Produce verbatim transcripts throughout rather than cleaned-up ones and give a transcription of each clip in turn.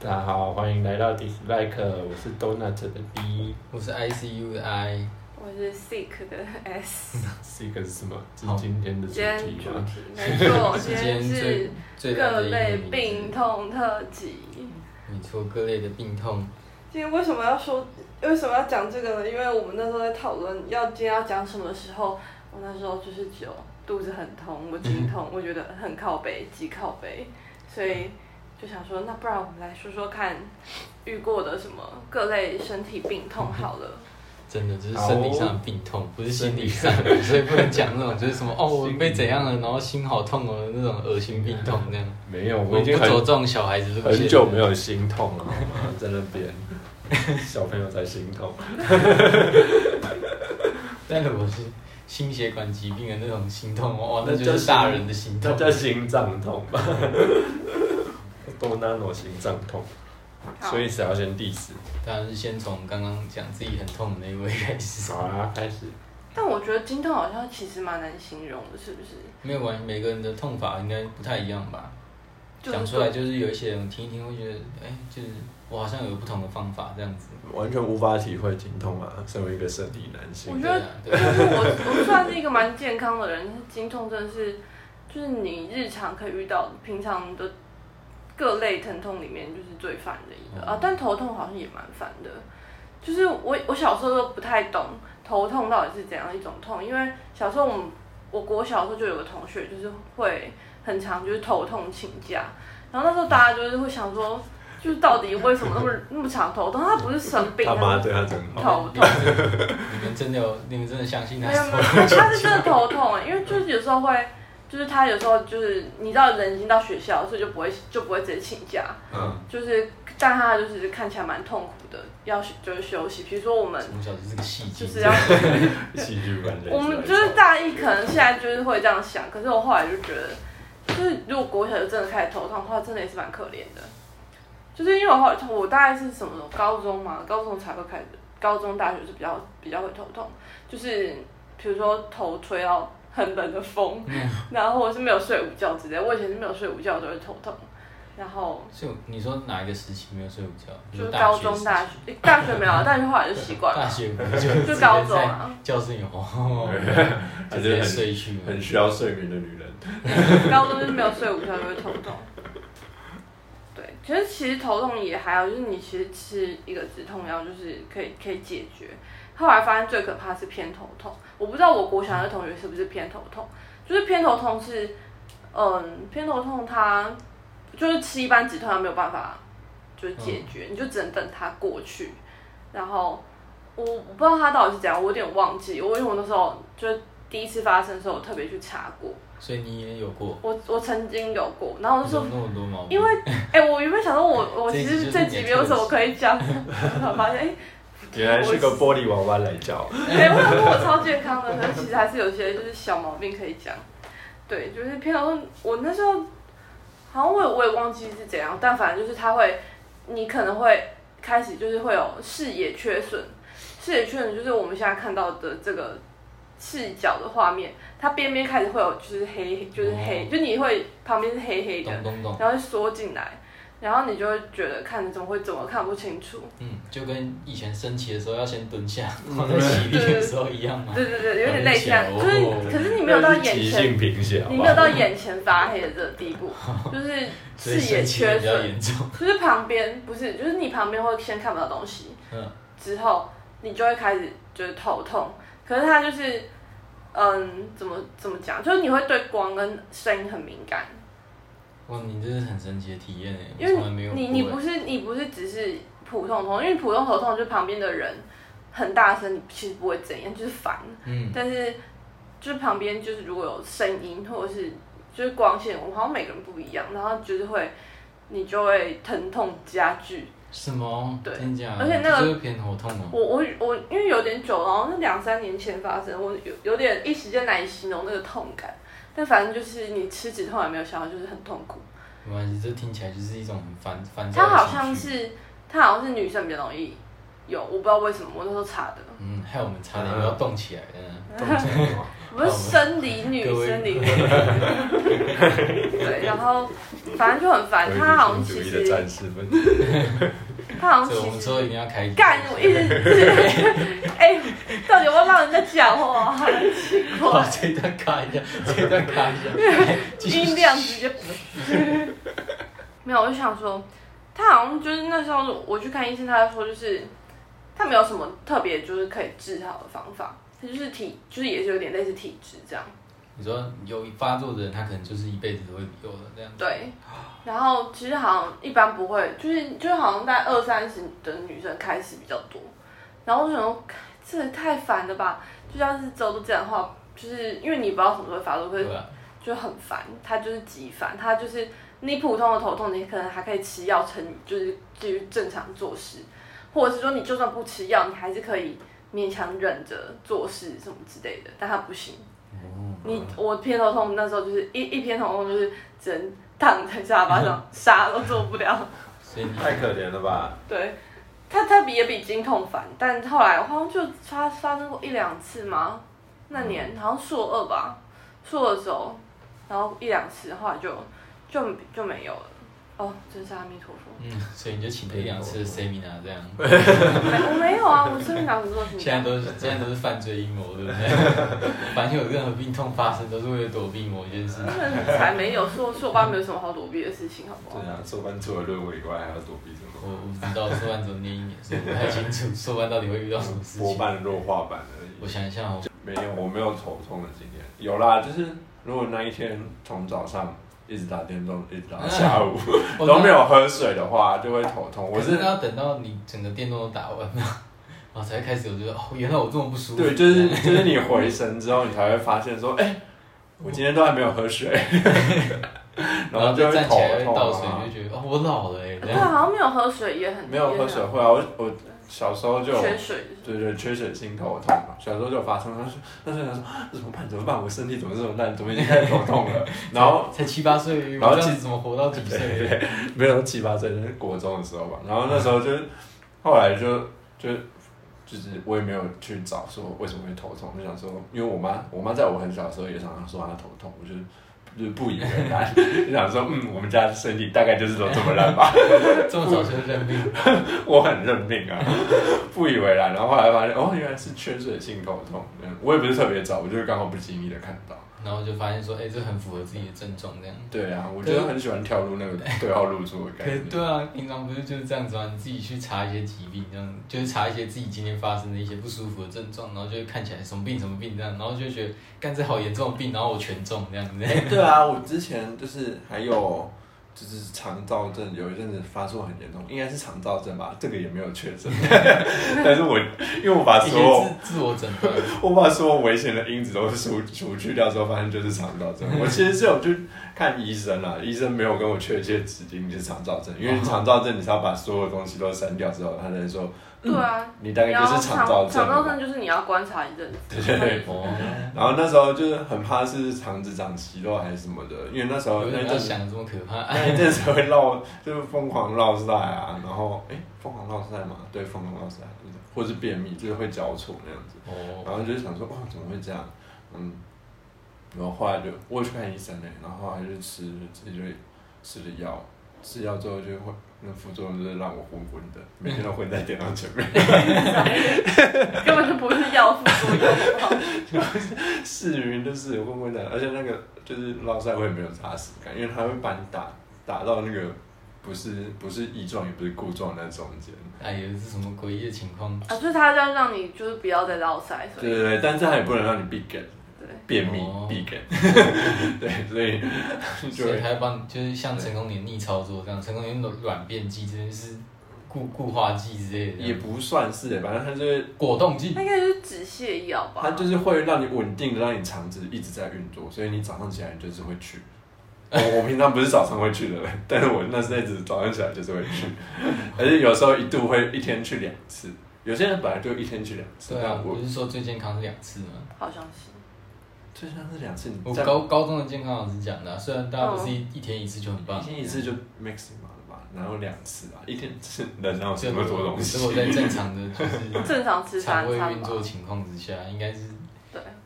大家好，欢迎来到 Dislike， 我是 Donut 的 D， 我是 I C U 的 I， 我是 Sick 的 S。 Sick 是什么？是今天的主今天题主吗？ 题没错，今天是最各类病痛特辑。 没错，各类的病痛。 今天为什么要说？为什么要讲这个呢？因为我们那时候在讨论要今天要讲什么的时候，我那时候就是只有肚子很痛，我经痛，我觉得很靠背，极靠背，所以。就想说，那不然我们来说说看，遇过的什么各类身体病痛好了。 真的，就是身体上的病痛，不是心理上的，所以不能讲那种就是什么哦，我被怎样了，然后心好痛哦那种恶心病痛那样。 没有，我已经很不走这种小孩子路线很久没有心痛了，好吗？在那边，小朋友才心痛。 但如果是心血管疾病的那种心痛哦，那就是大人的心痛。 那叫心脏痛吧。多 nano 心脏痛，所以谁要先 diss？ 当然是先从刚刚讲自己很痛的那一位开始。 好啊，开始。 但我觉得经痛好像其实蛮难形容的，是不是？ 没有关系，每个人的痛法应该不太一样吧？讲出来就是有一些人听一听会觉得，哎、欸，就是我好像有不同的方法这样子。 完全无法体会经痛啊，身为一个生理男性。 我觉得，就是我我算是一个蛮健康的人，但是经痛真的是，就是你日常可以遇到，平常的。各类疼痛里面就是最烦的一个、嗯、啊，但头痛好像也蛮烦的。就是我我小时候都不太懂头痛到底是怎样一种痛，因为小时候我们我国小的时候就有个同学就是会很常就是头痛请假，然后那时候大家就是会想说，就是到底为什么那么那么常头痛？他不是生病， 他妈对他真好。头痛。 你们真的有？你们真的相信他？ 没有没有，他是真的头痛，因为就是有时候会。就是他有时候就是你知道人已经到学校，所以就不会就不会直接请假，嗯，就是但他就是看起来蛮痛苦的，要就是休息。比如说我们从小就是个戏剧， 就是要戏剧般的。 我们就是大一可能现在就是会这样想，可是我后来就觉得，就是如果国小就真的开始头痛的话，真的也是蛮可怜的。就是因为我后来我大概是什么高中嘛，高中才会开始，高中大学是比较比较会头痛，就是比如说头吹到。很冷的风，嗯、然后或者是没有睡午觉之类。我以前是没有睡午觉都会头痛，然后。 所以你说哪一个时期没有睡午觉？ 就是高中、大学，大学没有，大学后来就习惯了。 大学就就高中啊。 教室有哦，直接睡去， 很需要睡眠的女人。 高中就是没有睡午觉就会头痛。对，其实其实头痛也还好，就是你其实吃一个止痛药就是可以可以解决。后来发现最可怕的是偏头痛，我不知道我国小的同学是不是偏头痛，就是偏头痛是，嗯，偏头痛它就是吃一般止痛药没有办法就是解决，嗯、你就只能等它过去。然后我我不知道它到底是怎样，我有点忘记，我因为我那时候就是第一次发生的时候，我特别去查过。 所以你也有过？ 我我曾经有过，然后我就说， 那么多毛病。 因为哎、欸，我原本想说我我其实这集没有什么可以讲，然后发现哎。欸原来是个玻璃娃娃来叫。 对，我想说我超健康的，可是其实还是有些就是小毛病可以讲。对，就是偏头痛，我那时候好像我也我也忘记是怎样，但反正就是它会，你可能会开始就是会有视野缺损，视野缺损就是我们现在看到的这个视角的画面，它边边开始会有就是黑，就是黑，哦、就你会旁边是黑黑的， 咚咚咚然后会缩进来。然后你就会觉得看怎么会怎么看不清楚， 嗯，就跟以前升旗的时候要先蹲下，然后在起立的时候一样嘛。 对对对，有点类似，就是、哦、可是你没有到眼前，你没有到眼前发黑的这个地步，就是视野缺损，就是旁边不是，就是你旁边会先看不到东西，嗯，之后你就会开始就是头痛，可是它就是嗯怎么怎么讲，就是你会对光跟声音很敏感。 哇，你这是很神奇的体验诶， 因为你你不是你不是只是普通头痛，因为普通头痛就旁边的人很大声，你其实不会怎样，就是烦。嗯。但是就是旁边就是如果有声音或者是就是光线，我们好像每个人不一样，然后就是会你就会疼痛加剧。 什么？ 对， 真假？ 而且那个就是偏头痛哦。 我我我因为有点久，然后是两三年前发生，我有有点一时间难以形容那个痛感。但反正就是你吃止痛也没有效，就是很痛苦。 没关系，这听起来就是一种很烦烦躁的情绪。 它好像是，它好像是女生比较容易有，我不知道为什么，我那时候查的。 嗯，害我们差点又要动起来了。 动起来我是生理女，生理女。对，然后反正就很烦，他好像其实，他好像其实， 我们之后一定要开干，我一直，哎、欸，到底有没有让人家讲话？很奇怪。 这一段卡一下，这一段卡一下， 音量直接。没有，我就想说，他好像就是那时候我去看医生，他就说就是他没有什么特别就是可以治好的方法，他就是体就是也是有点类似体质这样。 你说有发作的人，他可能就是一辈子都会有的这样子。 对，然后其实好像一般不会，就是就是好像在二三十的女生开始比较多，然后我就想说，这也太烦了吧！就要是之后都这样的话，就是因为你不知道什么时候会发作，可是就很烦，他就是极烦，他就是你普通的头痛，你可能还可以吃药撑，就是继续正常做事，或者是说你就算不吃药，你还是可以勉强忍着做事什么之类的，但他不行。你我偏头痛那时候就是一一偏头痛就是只能躺在沙发上，啥都做不了。 太可怜了吧？ 对，他他比也比经痛烦，但后来好像就发发生过一两次嘛。那年好像硕二吧，硕二的时候，然后一两次，后来就就就没有了。哦，真是阿弥陀佛。 嗯，所以你就请了一两次 seminar 这样。 我没有啊，我 seminar 只做 seminar。 现在都是现在都是犯罪阴谋，对不对？凡有任何病痛发生，都是为了躲避某一件事。 才没有，硕硕班没有什么好躲避的事情，好不好？ 对啊，硕班除了论文以外，还要躲避什么？ 我不知道硕班只念一年，所以不太清楚硕班到底会遇到什么事情。 博班弱化版而已。 我想一下哦。 没有，我没有头痛的经验。有啦，就是如果那一天从早上一直打电动，一直打下午都没有喝水的话，就会头痛。我是要等到你整个电动都打完，然后才开始有这个哦，原来我这么不舒服。 对，就是就是你回神之后，你才会发现说，哎、欸，我今天都还没有喝水， 然后就站起来倒水，就觉得哦，我老了哎、欸。 对，好像没有喝水也很没有喝水会啊，我我。小时候就缺水， 对对，缺水性头痛嘛。小时候就有发生，他说，那时候想说怎么办？怎么办？我身体怎么这么烂？怎么已经开始头痛了？然后才七八岁， 然后其实怎么活到几岁？ 对对，没有七八岁，那是国中的时候吧。然后那时候就，后来就就就是我也没有去找说为什么会头痛，就想说，因为我妈我妈在我很小的时候也常常说她头痛，我就。就是不以为然，就想说，嗯，我们家的身体大概就是都这么烂吧。 这么早就认命？ 我很认命啊，不以为然。然后后来发现，哦，原来是缺水性头痛。我也不是特别早，我就是刚好不经意的看到。 然后就发现说，哎、欸，这很符合自己的症状，这样。 对啊，我觉得很喜欢跳入那个对号入座的概念。 对啊，平常不是就是这样子吗？你自己去查一些疾病，这样就是查一些自己今天发生的一些不舒服的症状，然后就会看起来什么病什么病这样，然后就觉得，干这好严重的病，然后我全中这样子。 哎、欸，对啊，我之前就是还有就是肠燥症，有一阵子发作很严重，应该是肠燥症吧，这个也没有确诊。但是我因为我把所有自自我诊断， 我把所有危险的因子都除除去掉之后，发现就是肠燥症。我其实是有去看医生啦，医生没有跟我确切指定是肠燥症，因为肠燥症你是要把所有东西都删掉之后，他才说。 对啊， 你大概就是肠燥症。 肠燥症就是你要观察一阵子。 对对对。然后那时候就是很怕是肠子长息肉还是什么的，因为那时候那阵想的这么可怕， 那一阵子会落，就是疯狂落腮啊，然后哎，疯狂落腮嘛，对，疯狂落腮，或者是便秘，就是会交错那样子。哦。然后就是想说，哇，怎么会这样？嗯。然后后来就我有去看医生嘞，然后后来就吃自己就吃了药，吃药之后就会。那副作用就是让我昏昏的，每天都混在电脑前面， 根本就不是药副作用， 是明明就是昏昏的，而且那个就是落腮会没有扎实感，因为它会把你打打到那个不是不是乙状也不是固状那中间。 哎呀，是什么诡异的情况？ 啊，就是它要让你就是不要再落腮， 对对对，但是它也不能让你闭眼。便秘、闭梗，对，所以所以他帮就是像成功连逆操作这样，成功连软便剂，真的是固固化剂之类的。 也不算是，反正它就是果冻剂。 那应该就是止泻药吧？ 它就是会让你稳定的让你肠子一直在运作，所以你早上起来就是会去。我我平常不是早上会去的人，但是我那阵子早上起来就是会去，而且有时候一度会一天去两次。有些人本来就一天去两次。 对啊，不是说最健康是两次吗？ 好像是。 就像是两次， 我高高中的健康老师讲的、啊，虽然大家不是一、嗯、一天一次就很棒， 一天一次就 maximum 了吧，然后两次啊，一天是人哪有这么多东西？ 如果在正常的就是正常吃饭肠胃运作情况之下，应该是对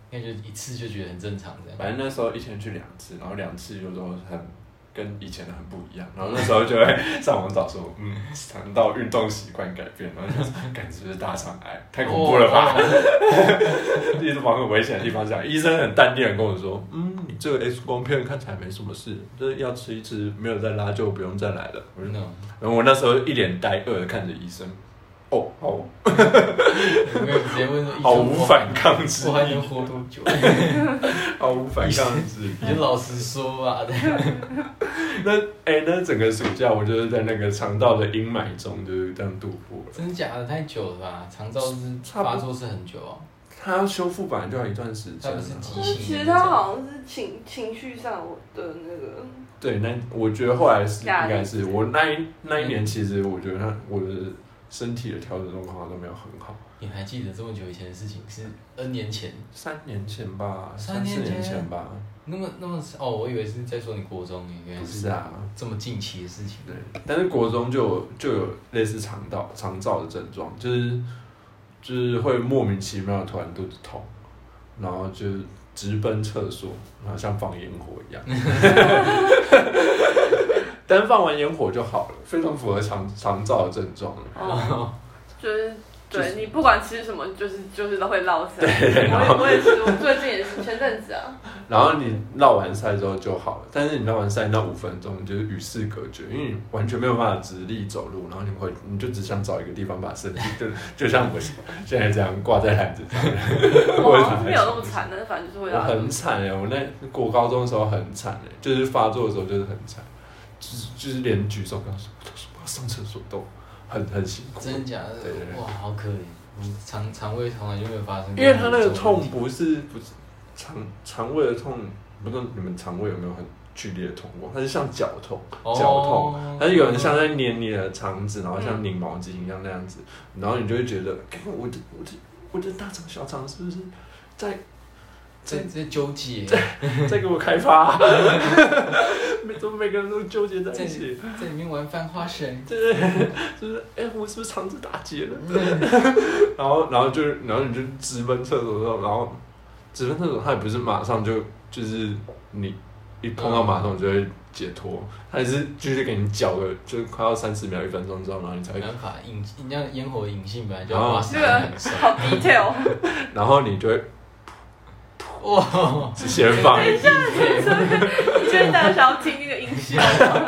应该就一次就觉得很正常这样。 反正那时候一天去两次，然后两次就都很跟以前的很不一样，然后那时候就会上网找说，嗯，肠道运动习惯改变，然后就感觉是大肠癌，太恐怖了吧？一直往很危险的地方讲，医生很淡定的跟我说，嗯，你这个 X 光片看起来没什么事，这药吃一吃，没有再拉就不用再来了。我就，然后我那时候一脸呆愕的看着医生。哦，好， 有没有直接问说， 毫无反抗之力， 我还能活多久？ 毫无反抗之力， 你就老实说吧。 那哎、欸，那整个暑假我就是在那个肠道的阴霾中，就是这样度过了。 真的假的？太久了吧？肠道是发作是很久哦。 它要修复本来就要一段时间。它不是急性。 其实它好像是情情绪上的那个。 对，那我觉得后来是应该是我那一那一年，其实我觉得他我的。身体的调整状况都没有很好。 你还记得这么久以前的事情？是 N 年前？ 三年前吧， 三四年前吧。 那么那么哦，我以为是在说你国中，原来是啊， 这么近期的事情。 对，但是国中就有就有类似肠道肠燥的症状，就是就是会莫名其妙的突然肚子痛，然后就直奔厕所，然后像放烟火一样。但放完烟火就好了，非常符合肠肠燥的症状。 哦，就是对、就是、你不管吃什么，就是就是都会落腮。 对，然后我也是，我最近也是前阵子啊。 然后你落完腮之后就好了，但是你落完腮那五分钟就是与世隔绝，因为你完全没有办法直立走路，然后你会你就只想找一个地方把身体就就像我现在这样挂在毯子上。 我没有那么惨，但是反正就是会。 我很惨哎，我那国高中的时候很惨哎，就是发作的时候就是很惨。就是就是连举手跟他说，我要上厕所都很很辛苦。 真的假的？对对对，哇，好可怜！你肠肠胃从来就没有发生过。 因为他那个痛不是不是肠肠胃的痛，不知道你们肠胃有没有很剧烈的痛过？它是像绞痛，绞、哦、痛，它是有人像在捏你的肠子，然后像拧毛巾一样那样子，嗯、然后你就会觉得，我的我的我的大肠小肠是不是在？ 在在纠结， 在在给我开发，每怎么每个人都纠结在一起， 在, 在里面玩翻花绳， 对，就是哎、欸，我是不是肠子打结了？然后然后就然后你就直奔厕所的时候，然后直奔厕所，它也不是马上就就是你一碰到马桶就会解脱，它也是继续给你搅个，就快要三十秒一分钟之后，然后你才没办法引，你像烟火的引信本来就要花时间很少， 好 detail， 然后你就会。 哇！ 先放一下， 你觉得大家想要听那个音效吗？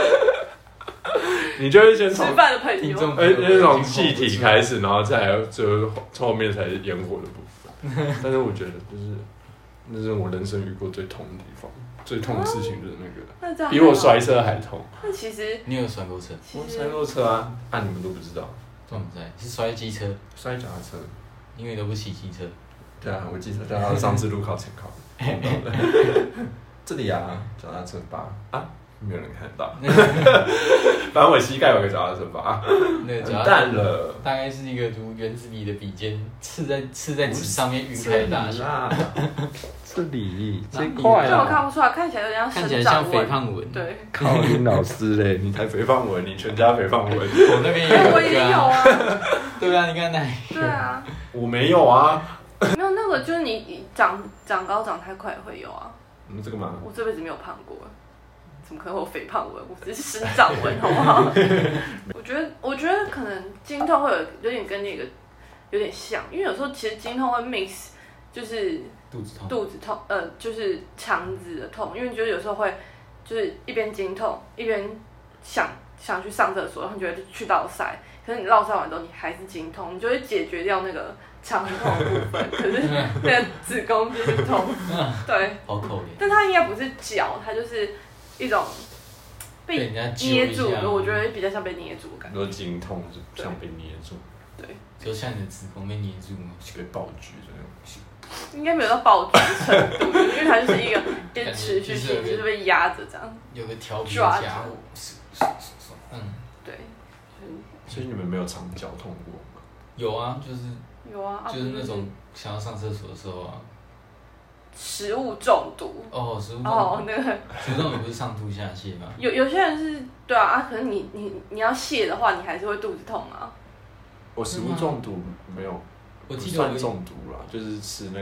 你就会先从吃饭的朋友， 哎，那种气体开始，然后再来就后面才是烟火的部分。但是我觉得就是那是我人生遇过最痛的地方，最痛的事情就是那个，比我摔车还痛。 那其实你有摔过车？ 我摔过车啊，啊你们都不知道。 我不在，是摔机车， 摔脚踏车， 因为都不骑机车。 对啊，我记得，然后上次路考前考碰到的。这里啊，脚踏车疤啊，没有人看到。反正我膝盖有个脚踏车疤， 那个很淡了， 大概是一个如原子笔的笔尖刺在刺在纸上面晕开的大小。 这里这块啊，我看不出来，看起来有点像看起来像肥胖纹。 对， 靠林老师嘞，你才肥胖纹，你全家肥胖纹。 我那边也有， 我也有啊。 对啊，你看那。 对啊。 我没有啊。 没有那个，就是你长长高长太快也会有啊。 嗯，这个吗？ 我这辈子没有胖过，怎么可能会有肥胖纹？我只是生长纹，好不好？我觉得，我觉得可能经痛会有有点跟那个有点像，因为有时候其实经痛会 mix， 就是肚子痛， 肚子痛，呃，就是肠子的痛，因为就是有时候会就是一边经痛一边想想去上厕所，然后你就会去落腮，可是你落腮完之后你还是经痛，你就会解决掉那个。肠痛的部分，可是那个子宫就是痛，对， 好可怜。 但它应该不是绞，它就是一种被捏住的，我觉得比较像被捏住的感觉。 很多经痛是像被捏住， 对， 就像你的子宫被捏住吗？ 被爆菊这种。 应该没有到爆菊的程度，因为它就是一个一直持续性，就是被压着这样。 有个调皮的家伙， 嗯，对。 所以你们没有肠绞痛过吗？ 有啊，就是。 有啊， 就是那种想要上厕所的时候啊， 食物中毒哦，食物中毒哦，那个食物中毒不是上吐下泻吗？ 有有些人是对啊啊，可是你你你要泻的话，你还是会肚子痛啊。 我食物中毒没有， 我记得算中毒啦，就是吃那个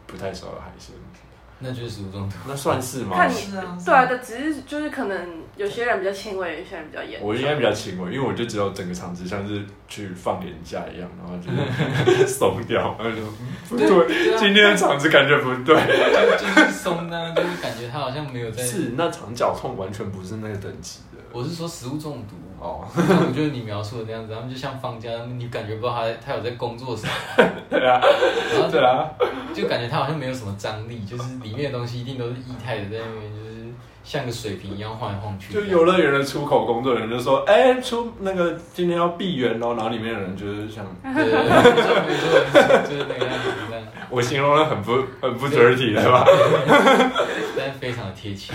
不太熟的海鲜。 那就是食物中毒。 那算是吗？ 看你是啊， 对啊，的只是就是可能有些人比较轻微，有些人比较严重。 我应该比较轻微，因为我就知道整个场子像是去放年假一样，然后就是松掉，然后就不对， 对啊、 今天的场子感觉不对， 就就是松的、啊，就是感觉他好像没有在。 是那场脚痛完全不是那个等级的。 我是说食物中毒哦， 中毒就是你描述的那样子，他们就像放假，你感觉不到他他有在工作什么。 对啊， 然后对啊， 就感觉他好像没有什么张力，就是里面的东西一定都是液态的，在那边就是像个水瓶一样晃来晃去。 就游乐园的出口工作人员就说：“哎、欸，出那个今天要闭园哦。”然后里面的人就是像， 对对对，没错，就是那个样子这样。 我形容的很不很不 dirty 的吧？ 但非常的贴切。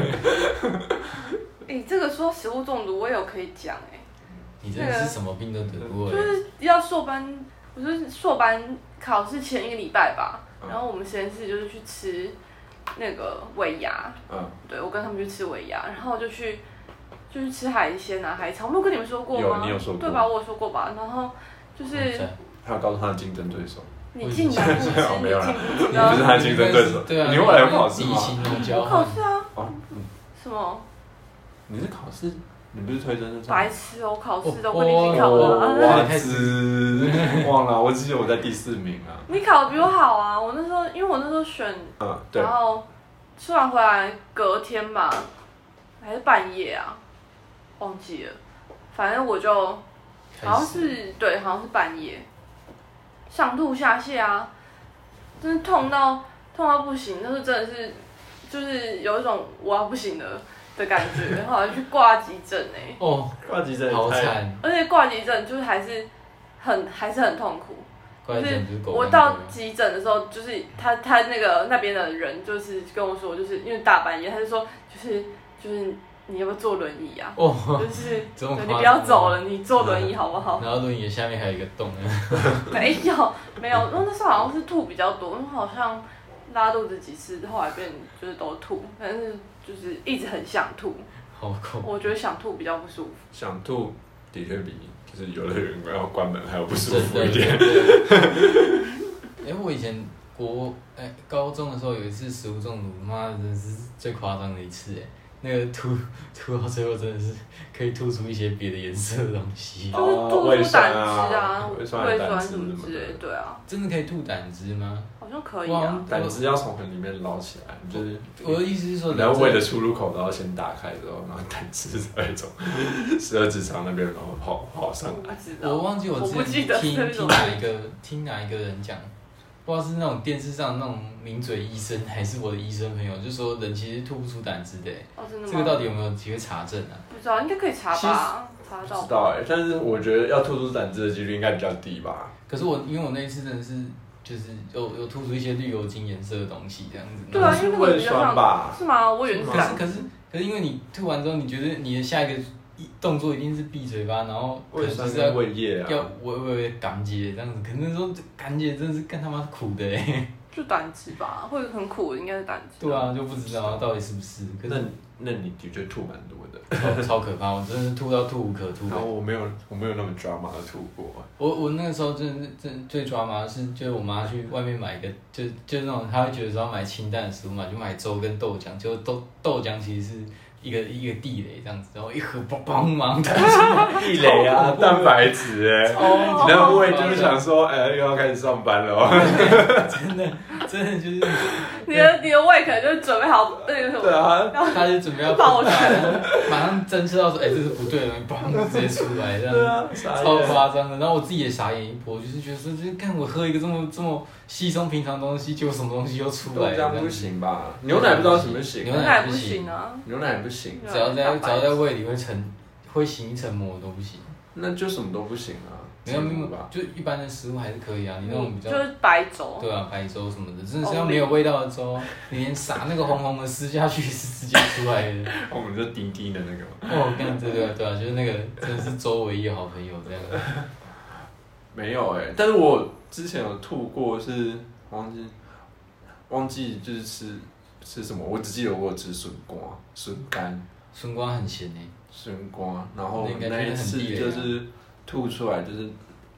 哎、欸，这个说食物中毒，我也有可以讲哎、欸。 你真的是什么病都得过、欸。 就是要硕班，我是硕班考试前一个礼拜吧，嗯、然后我们实验室就是去吃那个尾牙，嗯，对我跟他们去吃尾牙，然后就去就去吃海鲜啊海产，我没有跟你们说过吗？ 有，你有说过， 对吧？我有说过吧？然后就是， 还有告诉他的竞争对手。 你竟然不知， 没有啦， 你不是他的竞争对手。 对啊， 你后来有考试吗？ 我考试啊。哦，嗯。什么？ 你是考试？你不是推甄的？ 白痴哦，考试都跟你一起考的。 哇塞，忘了，我只记得我在第四名啊。 你考的比我好啊！我那时候，因为我那时候选， 嗯，对。 然后吃完回来隔天吧，还是半夜啊，忘记了。反正我就好像是对，好像是半夜。上吐下泻啊，真是痛到痛到不行，那时候真的是就是有一种我要不行了的感觉，后来去挂急诊哎、欸。 哦，挂急诊好惨。 而且挂急诊就是还是很还是很痛苦。 就是我到急诊的时候，就是他他那个那边的人就是跟我说，就是因为大半夜，他就说就是就是。你要不要坐轮椅啊？哦，就是你不要走了，你坐轮椅好不好？ 然后轮椅下面还有一个洞。 没有没有，那时候好像是吐比较多，因为好像拉肚子几次，后来变就是都吐，但是就是一直很想吐。 好恐怖。 我觉得想吐比较不舒服。 想吐的确比就是有的人要关门还要不舒服一点。 哎，我以前国哎高中的时候有一次食物中毒，妈的真是最夸张的一次哎。那个吐吐到最后真的是可以吐出一些别的颜色的东西， 就是吐出胆汁啊、胃酸什么之类，对啊。 真的可以吐胆汁吗？ 好像可以啊。 胆汁要从很里面捞起来，就是我的意思是说， 然后胃的出入口都要先打开之后，然后胆汁才从十二指肠那边然后跑跑上来。 我忘记我之前听听哪一个听哪一个人讲。不知道是那种电视上那种名嘴医生，还是我的医生朋友，就说人其实吐不出胆汁的。 哦，真的吗？ 这个到底有没有机会查证啊？ 不知道，应该可以查吧？查到。 不知道哎，但是我觉得要吐出胆汁的几率应该比较低吧。 可是我因为我那一次真的是就是有有吐出一些绿油精颜色的东西这样子。 对啊，因为胃酸吧？ 是吗？我以为是胆。可是可是可是因为你吐完之后，你觉得你的下一个动作一定是闭嘴巴，然后可能就是要胃液啊， 要微微赶解这样子。可能那时候赶解真的是干他妈苦的哎。 就胆汁吧，会很苦的，应该是胆汁。 对啊，就不知道到底是不是。可是那你的确吐蛮多的， 超超可怕，我真的是吐到吐无可吐。 然后我没有我没有那么drama的吐过。 我我那个时候真的真最drama的是，就是我妈去外面买一个，就就那种她会觉得说要买清淡的食物嘛，就买粥跟豆浆，结果豆豆浆其实是一个一个地雷这样子，然后一盒梆梆忙弹出来， 地雷啊，蛋白质哎，然后胃就是想说，哎，又要开始上班了， 真的真的就是你的你的胃可能就准备好那个什么， 对啊， 他就准备要爆出来，马上侦测到说，哎，这是不对的，梆直接出来这样， 对啊， 超夸张的。然后我自己也傻眼一波，就是觉得说，就是看我喝一个这么这么稀松平常的东西，结果什么东西又出来了， 这样不行吧？牛奶不知道什么行， 牛奶不行啊， 牛奶不行， 只要在只要在胃里会成会形一层膜都不行， 那就什么都不行啊。 没有没有，就一般的食物还是可以啊。你那种比较就是白粥， 对啊，白粥什么的，真的是要没有味道的粥，你连撒那个红红的撕下去是直接出来的。 我们就滴滴的那个嘛。 哦，跟这个对啊，就是那个真的是粥唯一的好朋友这样。 没有哎、欸，但是我之前有吐过是，是忘记忘记就是吃吃什么，我只记得我有吃笋瓜、笋干。 笋瓜很咸诶、欸。 笋瓜，然后那一次就是吐出来，就是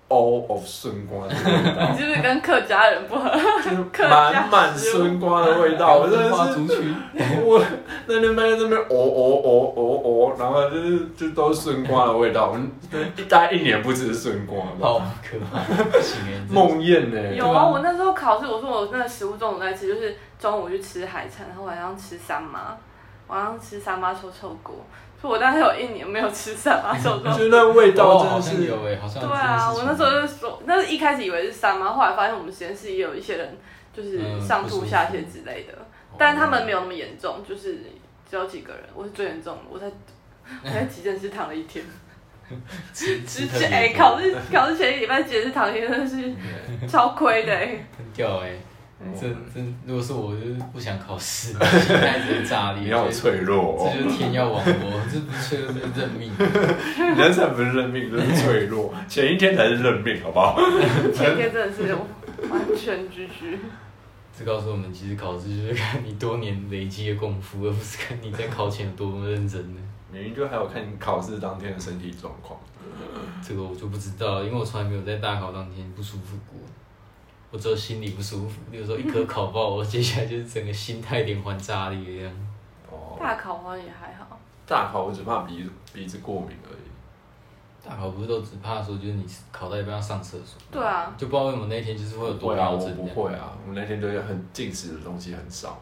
all of 笋瓜的味道。 你是不是跟客家人不合？ 就是满满笋瓜的味道，我真的是，我那天半夜在那边哦哦哦哦哦，然后就是就都是笋瓜的味道，我们大概一年不吃笋瓜吧。 好可怕，不行哎！ 梦魇呢？ 有啊，我那时候考试，我说我那个食物中毒在吃，就是中午去吃海产，然后晚上吃三妈，晚上吃三妈臭臭锅。所以我大概有一年没有吃三妈臭臭锅。 就那味道真的是有哎，好像对啊，我那时候就说，那是一开始以为是三妈，后来发现我们实验室也有一些人就是上吐下泻之类的，但他们没有那么严重，就是只有几个人，我是最严重的，我在我在急诊室躺了一天。之前哎，考试考试前一礼拜急诊室躺一天，真的是超亏的哎。 很屌哎。这这，如果是我，就是不想考试，心态直接炸裂。 你要脆弱、哦， 这就是天要亡我，这不是脆弱，这是认命。 人生不是认命，这是脆弱。前一天才是认命，好不好？ 前一天真的是完全居居。 这告诉我们，其实考试就是看你多年累积的功夫，而不是看你在考前有多么认真的。 明明就还有看你考试当天的身体状况。 这个我就不知道，因为我从来没有在大考当天不舒服过。我只有心里不舒服，比如说一科考爆，我接下来就是整个心态连环炸裂一样。 哦。 大考好像也还好。 大考我只怕鼻子鼻子过敏而已。 大考不是都只怕说就是你考到一半要上厕所？ 对啊。 就不知道为什么那天就是会有多尿症。 我不会啊，我那天就是很进食的东西很少。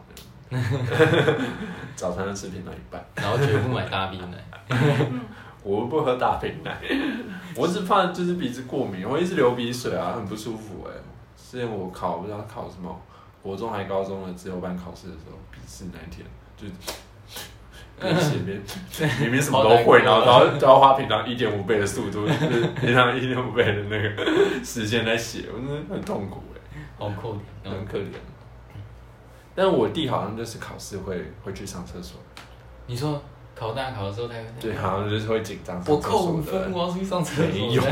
早餐就吃平常一半。 然后绝不买大冰奶。 我不喝大瓶奶，我只怕就是鼻子过敏，我一直流鼻水啊，很不舒服哎、欸。之前我考不知道考什么，国中还高中的自由班考试的时候，笔试那一天就边写边明明什么都会，然后然后都要花平常一点五倍的速度，就是平常一点五倍的那个时间在写，我真的很痛苦哎、 欸，好可怜， 很可怜。但是我弟好像就是考试会会去上厕所。 你说？考大考的时候，他对，好像就是会紧张。 我扣五分，我要去上厕所。 没有，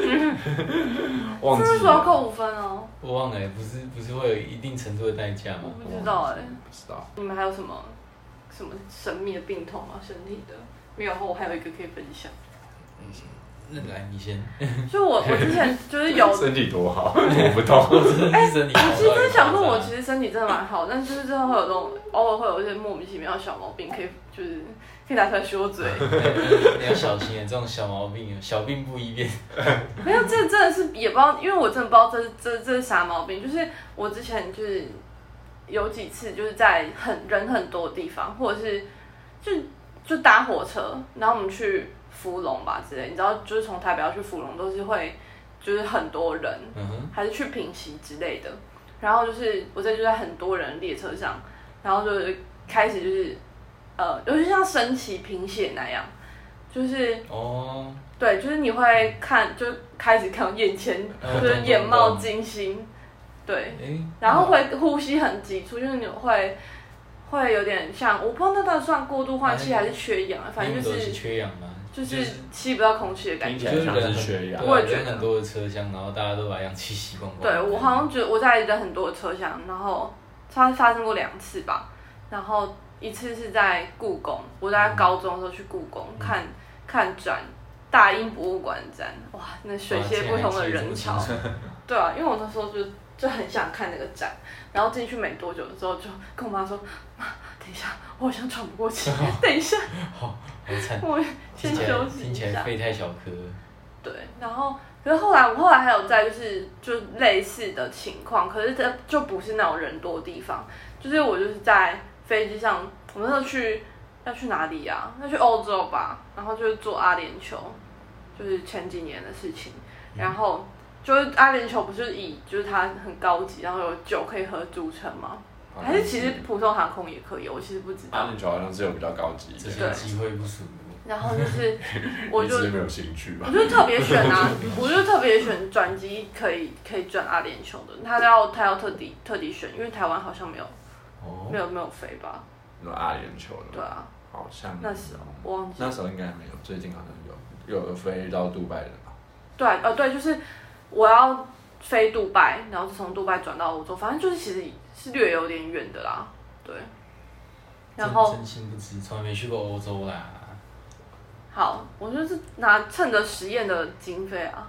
忘记了。 是说要扣五分哦？ 我忘了，不是不是会有一定程度的代价吗？ 我不知道哎、欸， 不知道。 你们还有什么什么神秘的病痛吗？身体的？没有，我还有一个可以分享。 那来，你先。 就我我之前就是有身体多好，我不懂。 哎、欸，我其实真的想说，我其实身体真的蛮好，但就是真的会有这种偶尔会有一些莫名其妙的小毛病，可以就是可以拿出来说嘴。 你要小心啊，这种小毛病，小病不医变。 没有，这真的是也不知道，因为我真的不知道这这这是啥毛病。就是我之前就是有几次就是在很人很多的地方，或者是就就搭火车，然后我们去福隆吧之类，你知道，就是从台北要去福隆都是会，就是很多人， 嗯、 还是去平溪之类的。然后就是我这就在很多人列车上，然后就是开始就是呃，尤其像升旗贫血那样，就是哦， 对，就是你会看，就开始看眼前，就是眼冒金星，对，然后会呼吸很急促，就是你会。会有点像，我不知道那到底算过度换气还是缺氧，反正就是缺氧嘛， 就是吸不到空气的感觉。 听起来像是缺氧。 我也觉得很多的车厢，然后大家都把氧气吸光光。 对，我好像觉得我在人很多的车厢，然后它发生过两次吧，然后一次是在故宫，我在高中的时候去故宫、嗯、看看展，大英博物馆展，哇，那水泄不通的人潮。对啊，因为我那时候就就很想看那个展。然后进去没多久的时候，就跟我妈说：“妈，等一下，我好像喘不过气，等一下。” 好，好惨。 我先休息一下。 听起来肺太小颗。 对，然后可是后来我后来还有在就是就类似的情况，可是这就不是那种人多的地方，就是我就是在飞机上，我那时候去要去哪里啊？要去欧洲吧，然后就是坐阿联酋，就是前几年的事情，然后。就是阿联酋不是以就是它很高级，然后有酒可以喝著称吗？还是其实普通航空也可以？我其实不知道。 阿联酋好像是有比较高级， 这些机会不属于我。 然后就是我就没有兴趣吧。 我就特别选啊，我就特别选转机可以可以转阿联酋的，他要他要特地特地选，因为台湾好像没有，哦、没有没有飞吧？ 有阿联酋的。 对啊。 好像。 那时候我忘记。 那时候应该没有，最近好像有有飞到杜拜的吧？ 对，呃对，就是。我要飞杜拜，然后从杜拜转到欧洲，反正就是其实是略有点远的啦，对。然后真心不知，从来没去过欧洲啦。 好，我就是拿趁着实验的经费啊，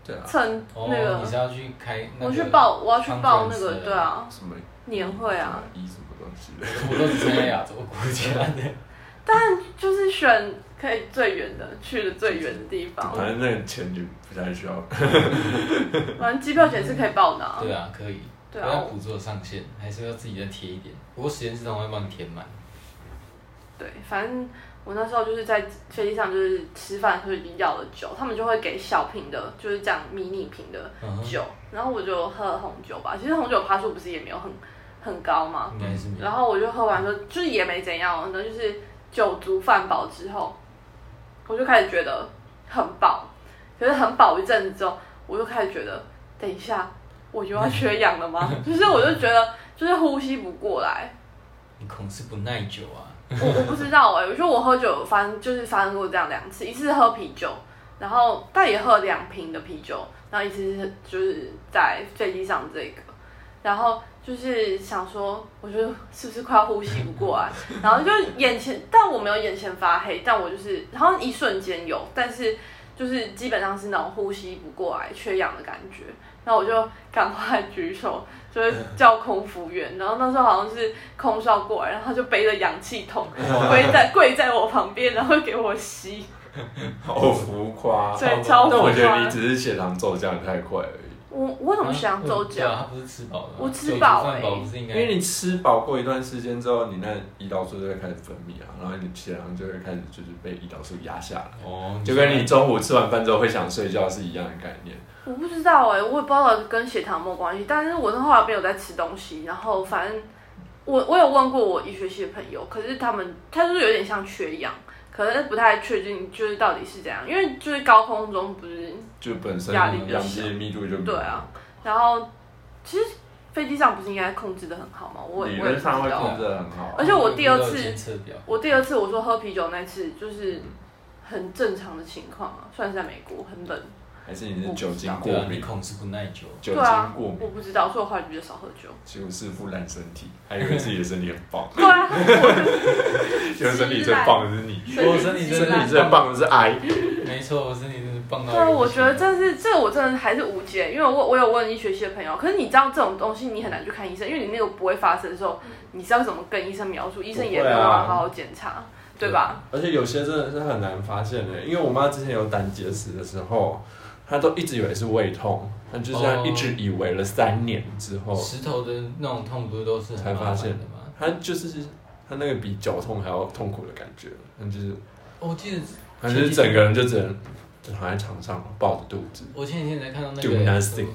对啊， 蹭那个。 哦，你是要去开那个？ 我去报，我要去报那个， 的对啊。 什么年会啊？ 一什么东西的？ 我都只参加亚洲国家的。 但就是选可以最远的，去的最远的地方。 反正那个钱就不太需要。 反正机票钱是可以报的、啊。 对啊，可以。 对啊。 不要补助的上限，还是要自己再贴一点。不过实验室他们会帮你填满。 对，反正我那时候就是在飞机上，就是吃饭的时候要了酒，他们就会给小瓶的，就是这样迷你瓶的酒，嗯、然后我就喝了红酒吧。其实红酒趴数不是也没有很很高嘛， 应该是没有。 然后我就喝完之后，就是也没怎样，然后就是酒足饭饱之后，我就开始觉得很饱，可是很饱一阵子之后，我就开始觉得，等一下，我又要缺氧了吗？就是我就觉得，就是呼吸不过来。 你恐是不耐酒啊？ 我我不知道哎、欸，我觉得我喝酒发生就是发生过这样两次，一次喝啤酒，然后但也喝两瓶的啤酒，然后一次是就是在飞机上这个，然后就是想说，我觉得是不是快要呼吸不过来，然后就眼前，但我没有眼前发黑，但我就是，然后一瞬间有，但是就是基本上是那种呼吸不过来、缺氧的感觉，然后我就赶快举手。就是叫空服员，然后那时候好像是空少过来，然后他就背着氧气筒跪在跪在我旁边，然后给我吸。 好浮夸。 对，超浮夸。 但我觉得你只是血糖骤降太快而已。 我我为什么血糖骤降？ 啊，他不是吃饱的。 我吃饱哎、 欸。 因为你吃饱过一段时间之后，你那胰岛素就会开始分泌啊，然后你血糖就会开始就是被胰岛素压下来。哦。就跟你中午吃完饭之后会想睡觉是一样的概念。 我不知道哎、欸，我也不知道跟血糖有没有关系，但是我后来没有在吃东西，然后反正我我有问过我医学系的朋友，可是他们他就是有点像缺氧，可是不太确定就是到底是怎样，因为就是高空中不是就本身压力比较氧气的密度就对啊，然后其实飞机上不是应该控制的很好吗？我理论上会控制的很好， 而且我第二次我第二次我说喝啤酒那次就是很正常的情况啊，虽然是在美国很冷。 还是你是酒精过敏？ 你恐是不耐酒。 酒精过敏、 啊，我不知道，所以我后来比较少喝酒。 结果是副烂身体，还以为自己的身体很棒。 对啊， 结果身体最棒的是你， 我身体身体最棒的是癌。 没错，我身体真是棒到。 对，我觉得这是这个我真的还是无解，因为我我有问医学系的朋友，可是你知道这种东西你很难去看医生，因为你那个不会发生的时候，你知道怎么跟医生描述，医生也没有办法好好检查，对吧？ 而且有些真的是很难发现的，因为我妈之前有胆结石的时候。他都一直以为是胃痛，他就这样一直以为了三年之后， 石头的那种痛不是都是才发现的吗？他就是他那个比脚痛还要痛苦的感觉，他就是， 我记得， 他就是整个人就只能就躺在床上抱着肚子。 我前几天才看到那个 do nothing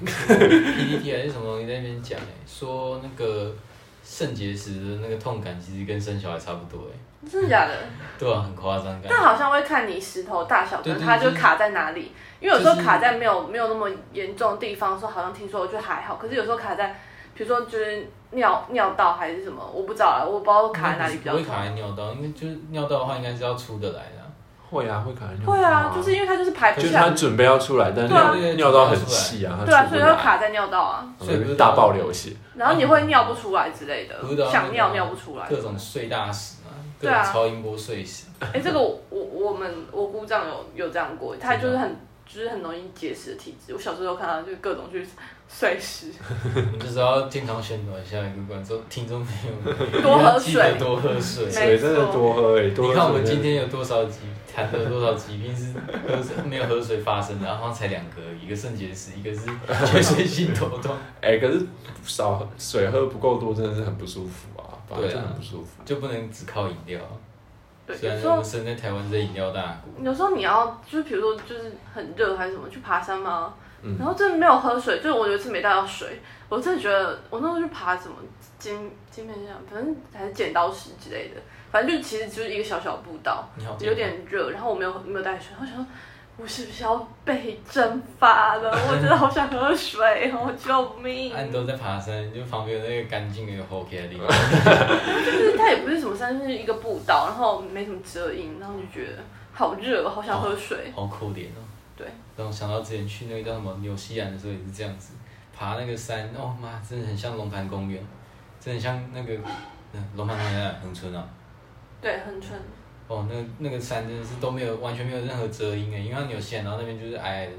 P P T 还是什么东西在那边讲哎，说那个肾结石的那个痛感其实跟生小孩差不多哎。 真的假的？ 对啊，很夸张。 但好像会看你石头大小跟它就卡在哪里，因为有时候卡在没有没有那么严重的地方的时候，好像听说我觉得还好。可是有时候卡在，比如说就是尿尿道还是什么，我不知道啦，我不知道卡在哪里比较痛。 不会卡在尿道，因为就是尿道的话，应该是要出得来的。 会啊，会卡在尿道。 会啊，就是因为它就是排不下。 就是它准备要出来，但是尿道很细啊， 对啊，所以它卡在尿道啊， 所以大爆流血。 然后你会尿不出来之类的，想尿尿不出来。 各种碎大屎。对啊，超音波碎石。 哎、欸，这个我我我们我姑丈有有这样过，他就是很就是很容易结石的体质。我小时候看到就各种去碎石。 你就是要健康宣传一下一个观众听众朋友， 多喝水， 多喝水， 水真的多喝诶、欸。 你看我们今天有多少疾谈了多少疾病是喝没有喝水发生的，然后才两个，一个肾结石，一个是缺水性头痛。 哎、欸，可是少水喝不够多，真的是很不舒服啊。 对啊， 很不舒服， 就不能只靠饮料。 对， 虽然我们身在台湾是饮料大国。 有时候你要就是比如说就是很热还是什么去爬山吗？嗯、然后真的没有喝水，就是我有一次没带到水，我真的觉得我那时候去爬什么金金面上，反正还是剪刀石之类的，反正就其实就是一个小小步道，有点热，然后我没有没有带水，我想说。我是不是要被蒸发了？我真的好想喝水哦！救命！ 啊，你都在爬山，就旁边有那个干净的后溪的地方。 就是它也不是什么山，就是一个步道，然后没什么遮阴，然后就觉得好热，好想喝水。 好可怜哦。 对。 让我想到之前去那个叫什么纽西兰的时候也是这样子，爬那个山，哦妈，真的很像龙潭公园，真的很像那个龙潭公园在恒春啊。 对，恒春。哦， 那那个山真的是都没有完全没有任何遮阴诶，因为它纽西兰，然后那边就是矮矮的那种，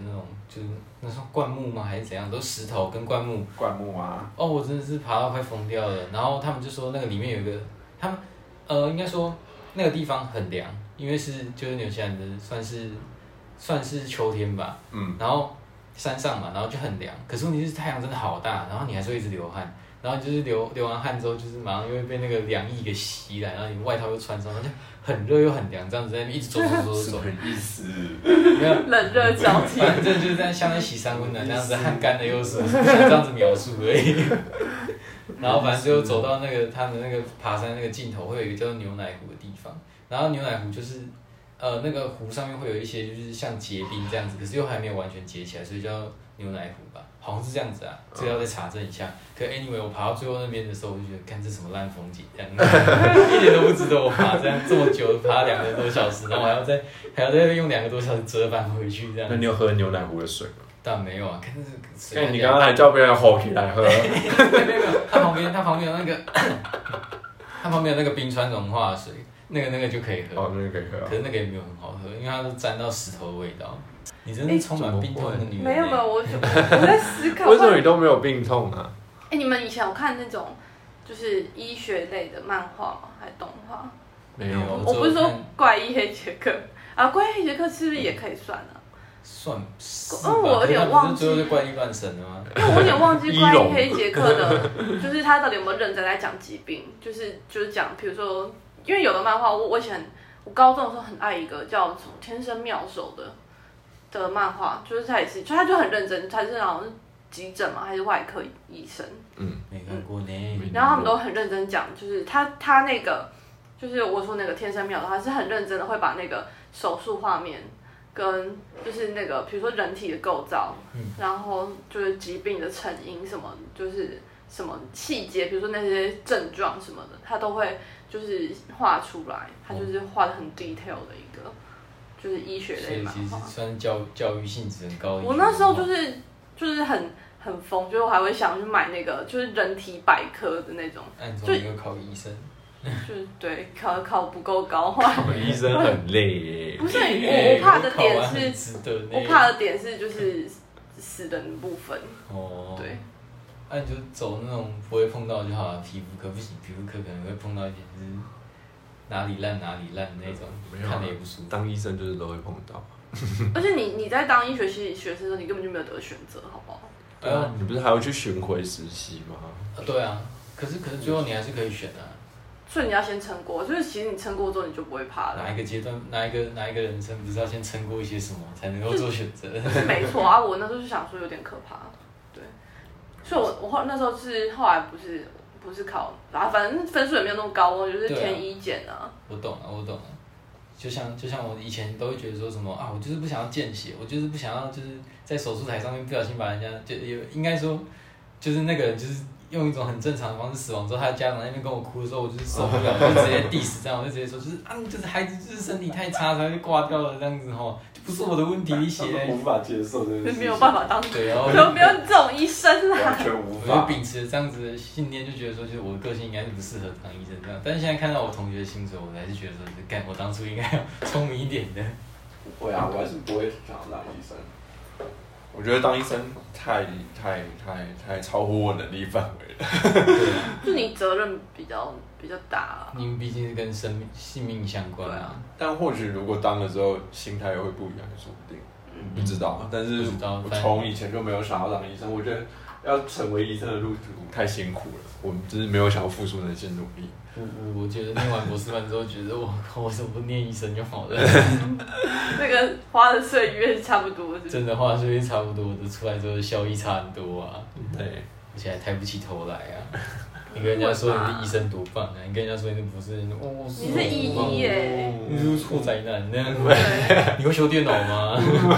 就是那算灌木吗？还是怎样？都石头跟灌木。 灌木啊。 哦，我真的是爬到快疯掉了。然后他们就说那个里面有一个，他们呃应该说那个地方很凉，因为是就是纽西兰的算是算是秋天吧。嗯。然后山上嘛，然后就很凉。可是问题是太阳真的好大，然后你还是会一直流汗。然后就是流流完汗之后，就是马上又会被那个凉意给袭来，然后你外套又穿上，然后就很热又很凉，这样子在那边一直走走走走走。 什么意思？ 没有冷热交替。 反正就是在像在洗三温暖这样子，汗干的又是，想这样子描述而已。然后反正最后走到那个他们那个爬山那个尽头，会有一个叫做牛奶湖的地方。然后牛奶湖就是呃那个湖上面会有一些就是像结冰这样子，可是又还没有完全结起来，所以叫牛奶湖吧。好像是这样子啊，这个要再查证一下。可 anyway， 我爬到最后那边的时候，我就觉得，看这什么烂风景，这样一点都不值得我爬这样这么久，爬两个多小时，然后我还要再还要再用两个多小时折返回去这样。 那你有喝牛奶湖的水吗？ 当然没有啊，看这水。 哎，你刚刚还叫别人吼起来喝。 没有没有，它旁边它旁边有那个，它旁边有那个冰川融化的水，那个那个就可以喝。 哦，那个可以喝。 可是那个也没有很好喝，因为它都沾到石头的味道。你真是充满病痛的女人、欸。 没有没有，我我在思考。 为什么你都没有病痛啊？ 哎、欸，你们以前有看那种就是医学类的漫画吗？还是动画？ 没有。 我不是说怪医黑杰克啊，怪医黑杰克是不是也可以算啊？ 算。 嗯，我有点忘记。 最后就怪医乱神了吗？ 因为我有点忘记怪医黑杰克的，就是他到底有没有认真在讲疾病？就是就是讲，比如说，因为有的漫画，我我以前我高中的时候很爱一个叫什么《天生妙手》的。的漫画就是他也是，就他就很认真，他是好像是急诊嘛，还是外科医生？ 嗯，没看过呢。 然后他们都很认真讲，就是他他那个，就是我说那个天生妙手，他是很认真的会把那个手术画面跟就是那个比如说人体的构造，嗯、然后就是疾病的成因什么，就是什么细节，比如说那些症状什么的，他都会就是画出来，他就是画的很 detail 的一个。就是医学类漫画， 所以其实算教教育性质很高。 我那时候就是就是很很疯，就是我还会想去买那个就是人体百科的那种。 那你怎么考医生？ 就是对考考不够高， 考医生很累耶。 不是我我怕的点是，我怕的点是就是死人的部分。哦。对。 那、啊、你就走那种不会碰到就好了，皮肤科不行，皮肤科可能会碰到一点就是。哪里烂哪里烂那种， 啊、 看了也不舒服。 当医生就是都会碰到。 而且你你在当医学系学生的时候，你根本就没有得选择，好不好？ 对啊，你不是还要去巡回实习吗？ 啊，对啊。可是可是最后你还是可以选啊。 所以你要先撑过，就是其实你撑过之后你就不会怕了。 哪一个阶段，哪一个哪一个人生不是要先撑过一些什么才能够做选择？ 是没错啊，我那时候就想说有点可怕，对。所以我我后那时候是后来不是。不是考，啊，反正分数也没有那么高，我就是填医检啊。 我懂了，我懂了。就像就像我以前都会觉得说什么啊，我就是不想要见血，我就是不想要就是在手术台上面不小心把人家就也应该说，就是那个人就是用一种很正常的方式死亡之后，他的家长在那边跟我哭的时候，我就是受不了，我就直接 diss 这样，我就直接说就是啊，就是孩子就是身体太差才会挂掉了这样子吼。不是我的问题，你写无法接受这个， 没有办法当， 对，然后就没有这种医生啦。 完全无法。 我就秉持这样子的信念，就觉得说，就是我的个性应该是不适合当医生这样。但是现在看到我同学的薪水，我还是觉得说，就是干我当初应该要聪明一点的。 不会啊，我还是不会想要当医生。我觉得当医生太太太太超乎我能力范围了。 就你责任比较比较大啊。 因为毕竟是跟生命性命相关啊。 但或许如果当了之后，心态又会不一样，说不定。嗯、不知道，但是我从以前就没有想要当医生。我觉得要成为医生的路途太辛苦了，我们就是没有想要付出那些努力。 我我我觉得念完博士班之后，觉得我我怎么不念医生就好了？ 那个花的岁月差不多是不是， 真的花的岁月差不多的，出来之后效益差很多啊。 对， 而且还抬不起头来啊！你跟人家说你是医生多棒啊，你跟人家说你是博士，哦， 是你是医医耶， 你是臭宅男那样子。你会修电脑吗？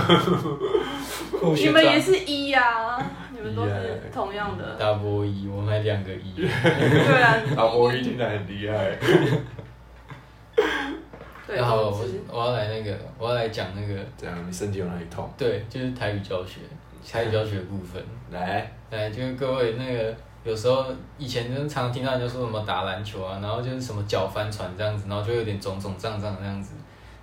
你们也是医呀、啊。你们都是同样的。 大波一，我们还两个一。 对啊。 大波一听起来很厉害。 对。然后我我要来那个，我要来讲那个。 怎样？你身体有哪里痛？ 对，就是台语教学，台语教学的部分。 来。 来，就是各位那个，有时候以前就常听到人家说什么打篮球啊，然后就是什么脚翻船这样子，然后就有点肿肿胀胀这样子。然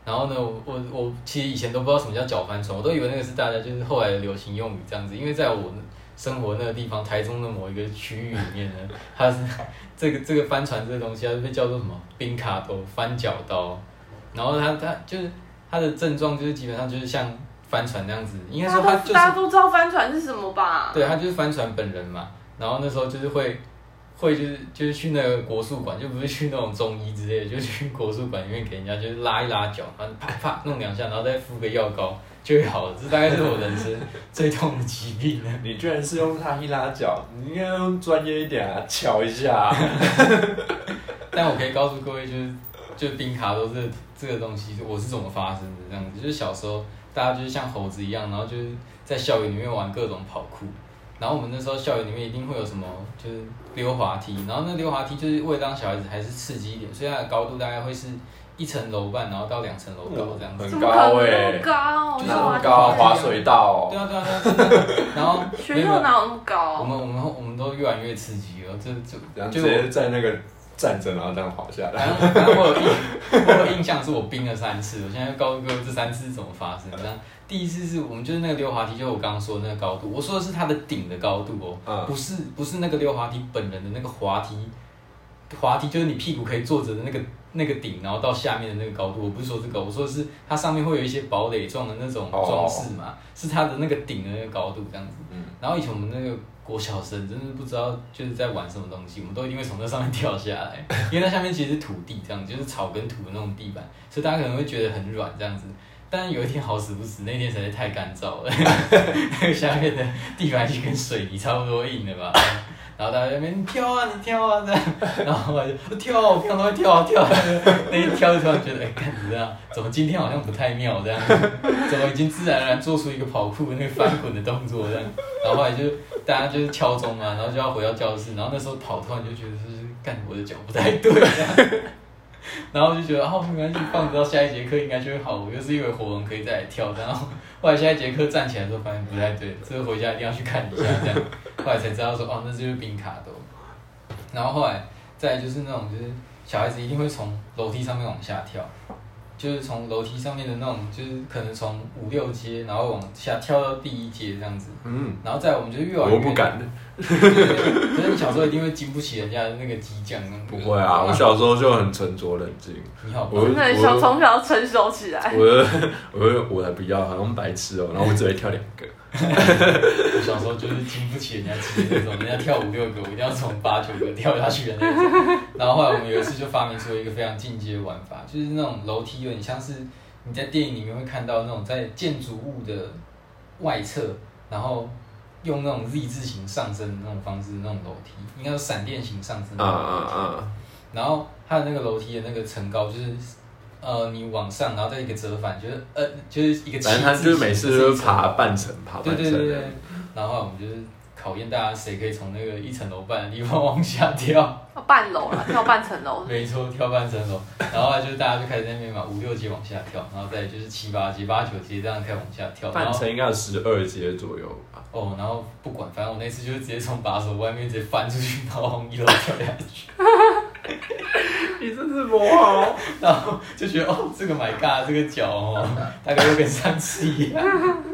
然后呢，我我我其实以前都不知道什么叫脚帆船，我都以为那个是大家就是后来的流行用语这样子，因为在我生活那个地方，台中的某一个区域里面呢，它是这个这个帆船这个东西，它是被叫做什么冰卡头、翻脚刀，然后它它就是它的症状就是基本上就是像帆船那样子，应该说它就是、 大家都知道帆船是什么吧？ 对，它就是帆船本人嘛，然后那时候就是会。会就是就是去那个国术馆，就不是去那种中医之类的，就去国术馆里面给人家就是拉一拉脚，然后啪啪弄两下，然后再敷个药膏就会好了。这大概是我人生最痛的疾病了。 你居然是用拉一拉脚，你应该用专业一点啊，敲一下、啊。 但我可以告诉各位，就是就冰卡都是这个东西，我是怎么发生的这样子。就是小时候大家就是像猴子一样，然后就是在校园里面玩各种跑酷。然后我们那时候校园里面一定会有什么，就是溜滑梯，然后那溜滑梯就是为了让小孩子还是刺激一点，所以它的高度大概会是一层楼半，然后到两层楼高这样子。 很高哎、欸， 高， 就是很高滑水道、哦。 对啊对啊对啊。然后学校哪有那么高？ 我们我们我们都越玩越刺激了，这就就直接在那个站着，然后这样滑下来。 反正反正我有印我有印象是我冰了三次，我现在告诉各位这三次是怎么发生的。第一次是我们就是那个溜滑梯，就是我刚刚说的那个高度，我说的是它的顶的高度哦，嗯、不是不是那个溜滑梯本人的那个滑梯，滑梯就是你屁股可以坐着的那个那个顶，然后到下面的那个高度，我不是说这个，我说的是它上面会有一些堡垒状的那种装饰嘛，哦、是它的那个顶的那个高度这样子。嗯、然后以前我们那个国小生真的不知道就是在玩什么东西，我们都一定会从那上面跳下来，因为那下面其实是土地这样，就是草跟土的那种地板，所以大家可能会觉得很软这样子。但有一天好死不死，那天实在是太干燥了，那个下面的地板已经跟水泥差不多硬了吧。然后大家在那边你跳啊，你跳啊这样，然后我就跳啊，我平常都会跳啊跳啊，那一跳就突然觉得，哎、欸，干这样，怎么今天好像不太妙这样，怎么已经自然而然做出一个跑酷那个翻滚的动作这样，然后后来就大家就是敲钟嘛，然后就要回到教室，然后那时候跑突然就觉得就是干我的脚不太对这样。然后就觉得哦没关系，放着到下一节课应该就会好。我就是以为火龙可以再来跳，然后后来下一节课站起来之后发现不太对，这个回家一定要去看一下这样。后来才知道说哦那就是冰卡斗。然后后来再来就是那种就是小孩子一定会从楼梯上面往下跳，就是从楼梯上面的那种就是可能从五六阶然后往下跳到第一阶这样子。嗯。然后再我们就越玩越。 我不敢的。 对对对，可是你小时候一定会经不起人家的那个激将。 不会啊，我小时候就很沉着冷静。 你好， 真的小从小成熟起来。 我的我的我才不要，好像白痴哦、喔，然后我只会跳两个。 我小时候就是经不起人家激那种，人家跳五六个，我一定要从八九个跳下去的那种。然后后来我们有一次就发明出了一个非常进阶的玩法，就是那种楼梯有点像是你在电影里面会看到那种在建筑物的外侧，然后。用那种 Z 字形上升的那种方式，那种楼梯，应该是闪电型上升的那种楼梯。Uh, uh, uh. 然后它的那个楼梯的那个层高就是，呃，你往上，然后再一个折返，就是呃，就是一个七字形。反正它就是每次都爬半层，爬半层。对对对对。然后我们就是考验大家谁可以从那个一层楼半的地方往下跳。 半楼啦，跳半层楼。 没错，跳半层楼。然后就是大家就开始在那边嘛，五六阶往下跳，然后再就是七八阶、八九阶这样开始往下跳。 半层应该有十二阶左右吧。 哦，然后不管，反正我那次就是直接从把手外面直接翻出去，然后往一楼跳下去。 你真是魔好， 然后就觉得哦，这个 My God， 这个脚哦，大概又跟上次一样。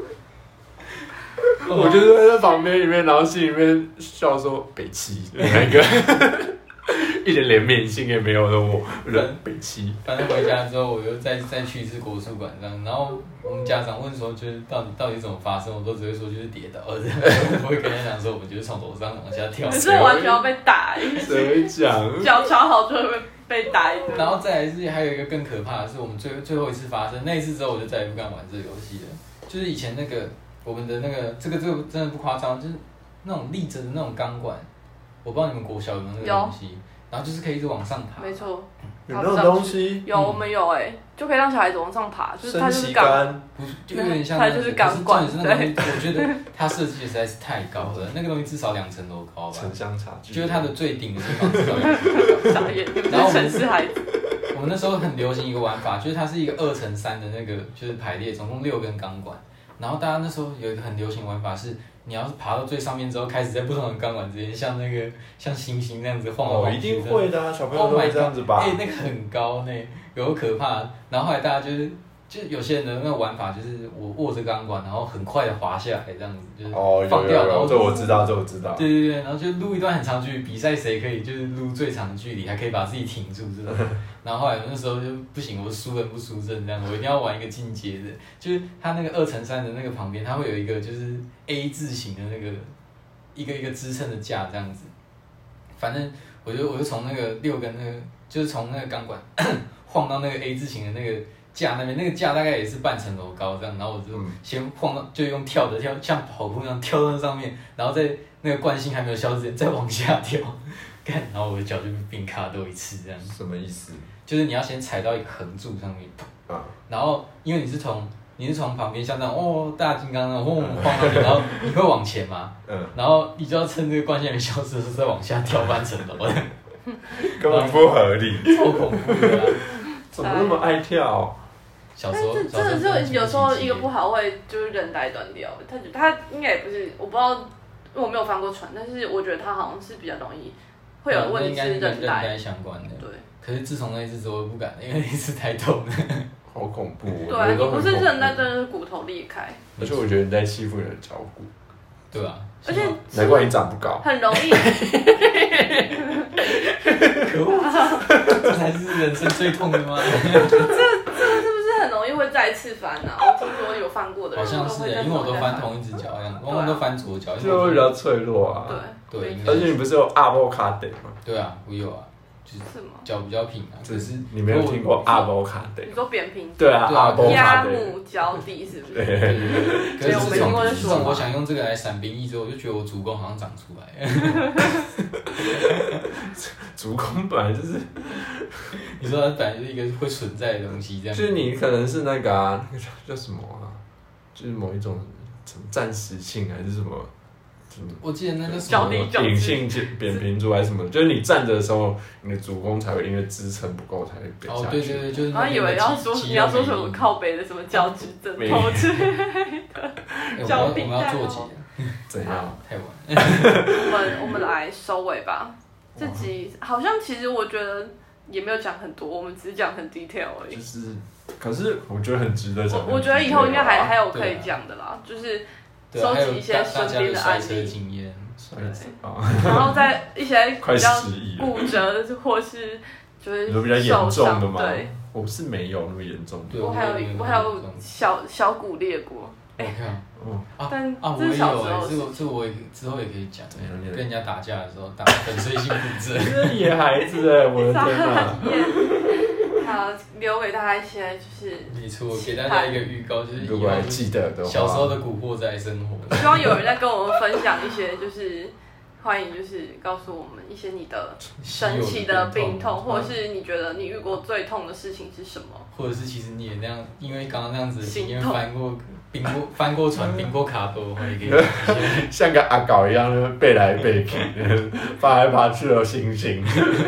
我就是在旁边里面，然后心里面笑说北七的那个。一点怜悯心也没有的我，人北七。 反正回家之后，我又再再去一次国术馆这样，然后我们家长问说，就是到底到底怎么发生，我都只会说就是跌倒了，我不会跟人家讲说我们就是从楼上往下跳。 可是完全要被打， 谁会讲？ 脚超好就会被被打一顿。 然后再来是还有一个更可怕的是，我们最最后一次发生那一次之后，我就再也不敢玩这个游戏了。就是以前那个我们的那个这个这个真的不夸张，就是那种立着的那种钢管，我不知道你们国小有没有那个东西。然后就是可以一直往上爬。 没错。 有那种东西？ 有，我们有哎、欸，就可以让小孩子往上爬，就是它就是钢， 不是就有点像， 它就是钢管。 对，我觉得它设计的实在是太高了，那个东西至少两层楼高吧。 城乡差距。 就是它的最顶的地方至少两层楼高。 傻眼，然后城市孩子。 我们那时候很流行一个玩法，就是它是一个二乘三的那个，就是排列，总共六根钢管。然后大家那时候有一个很流行玩法是，你要是爬到最上面之后，开始在不同的钢管之间，像那个像星星那样子晃来晃去。 哦，一定会的啊，小朋友都会这样子吧？ 哎、欸，那个很高呢，有可怕。然后后来大家就是就有些人的那个玩法就是我握着钢管，然后很快的滑下来这样子，就是哦， 放掉，然后这我知道，这我知道。 对对对，然后就撸一段很长距离，比赛谁可以就是撸最长的距离，还可以把自己挺住这种。然后后来那时候就不行，我输人不输阵这样，我一定要玩一个进阶的，就是它那个二乘三的那个旁边，它会有一个就是 A 字形的那个一个一个支撑的架这样子。反正我就我就从那个六根那个，就是从那个钢管晃到那个 A 字形的那个架那边，那个架大概也是半层楼高这样，然后我就先晃到，就用跳的跳，像跑步那样跳到那上面，然后在那个惯性还没有消之前再往下跳，干，然后我的脚就被冰卡多一次这样。 什么意思？ 就是你要先踩到一个横柱上面， 啊， 然后因为你是从你是从旁边像那种哦大金刚那种轰晃到你，然后你会往前嘛，嗯，然后你就要趁这个惯性没消失的时候再往下跳半层楼， 根本不合理， 超恐怖的、啊。 怎么那么爱跳？ 小时候， 但是真的是有时候一个不好会就是韧带断掉。他他应该也不是，我不知道，因为我没有翻过船，但是我觉得他好像是比较容易会有问题是韧带相关的。 对。 可是自从那一次之后，我不敢了，因为那一次太痛了。 好恐怖！ 对啊，你不是韧带，真的是骨头裂开。 而且我觉得你在欺负你的脚骨。 对啊。 而且难怪你长不高。 很容易。 可恶！这才是人生最痛的吗？ 这这个是不是很容易会再次翻啊？我听说有翻过的人。 好像是，因为我都翻同一只脚，往往都翻左脚， 就会比较脆弱啊。 对对。 而且你不是有阿波卡德吗？ 对啊，我有啊。就是脚比较平啊，可是你没有听过阿波卡德？ 你说扁平？ 对啊，阿波卡德。 压木脚底是不是？ 对对对。可是我没听过这说。我想用这个来闪兵役之后，我就觉得我足弓好像长出来。 足弓本来就是， 你说它本来就是一个会存在的东西，这样。 就是你可能是那个啊，那个叫叫什么啊？就是某一种什么暂时性还是什么？ 我记得那个什么隐性扁平足还是什么，就是你站着的时候，你的足弓才会因为支撑不够才会扁下去。 哦，对对对，就是。 然后以为要说你要说什么靠北的什么脚趾枕头之类的，脚底我们要做结。 怎样？ 太晚。 我们我们来收尾吧。这集好像其实我觉得也没有讲很多，我们只是讲很 detail 而已。 就是，可是我觉得很值得讲。 我觉得以后应该还还有可以讲的啦，就是。收集一些身边的案例， 经验， 然后在一些比较骨折或是就是比较严重的嘛， 对， 我是没有那么严重的， 我还有我还有小小骨裂过， 哎， 嗯，但啊，我也有哎，这个这我之后也可以讲，跟人家打架的时候打粉碎性骨折， 这野孩子哎，我的天哪！ 好，留给大家一些就是， 没错，给大家一个预告，就是如果还记得的话， 小时候的古惑仔生活。 希望有人在跟我们分享一些，就是欢迎就是告诉我们一些你的神奇的病痛，或者是你觉得你遇过最痛的事情是什么？ 或者是其实你也那样，因为刚刚那样子的经验翻过。冰过翻过船，冰过卡多，也可以像个阿狗一样，背来背去，爬来爬去的星星，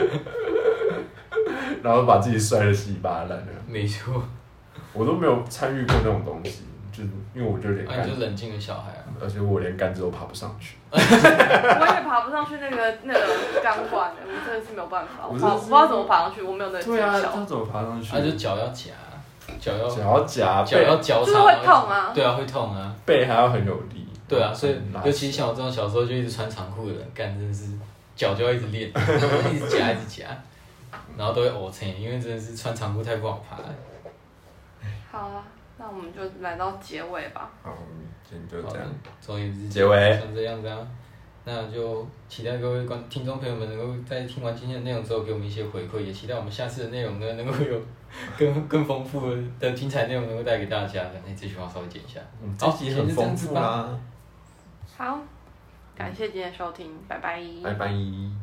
然后把自己摔得稀巴烂的。 没错， 我都没有参与过那种东西，就是因为我就连杆， 啊，你就冷静的小孩啊， 而且我连杆子都爬不上去。 我也爬不上去那个那个钢管的，我真的是没有办法，我爬我不知道怎么爬上去，我没有那个技巧。 对啊，他怎么爬上去？ 他就脚要夹。脚要脚要夹， 脚要交叉， 就是会痛啊。 对啊，会痛啊。 背还要很有力。 对啊，所以尤其像我这种小时候就一直穿长裤的人，干真的是脚就要一直练，一直夹一直夹，然后都会呕青，因为真的是穿长裤太不好爬了。 好啊，那我们就来到结尾吧。 好，今天就这样。 终于是结尾， 像这样子啊。那就期待各位观听众朋友们能够在听完今天的内容之后给我们一些回馈，也期待我们下次的内容呢能够有更更丰富的精彩内容能够带给大家。那这句话稍微剪一下， 嗯，这集很丰富啦。 好，感谢今天的收听，拜拜。 拜拜。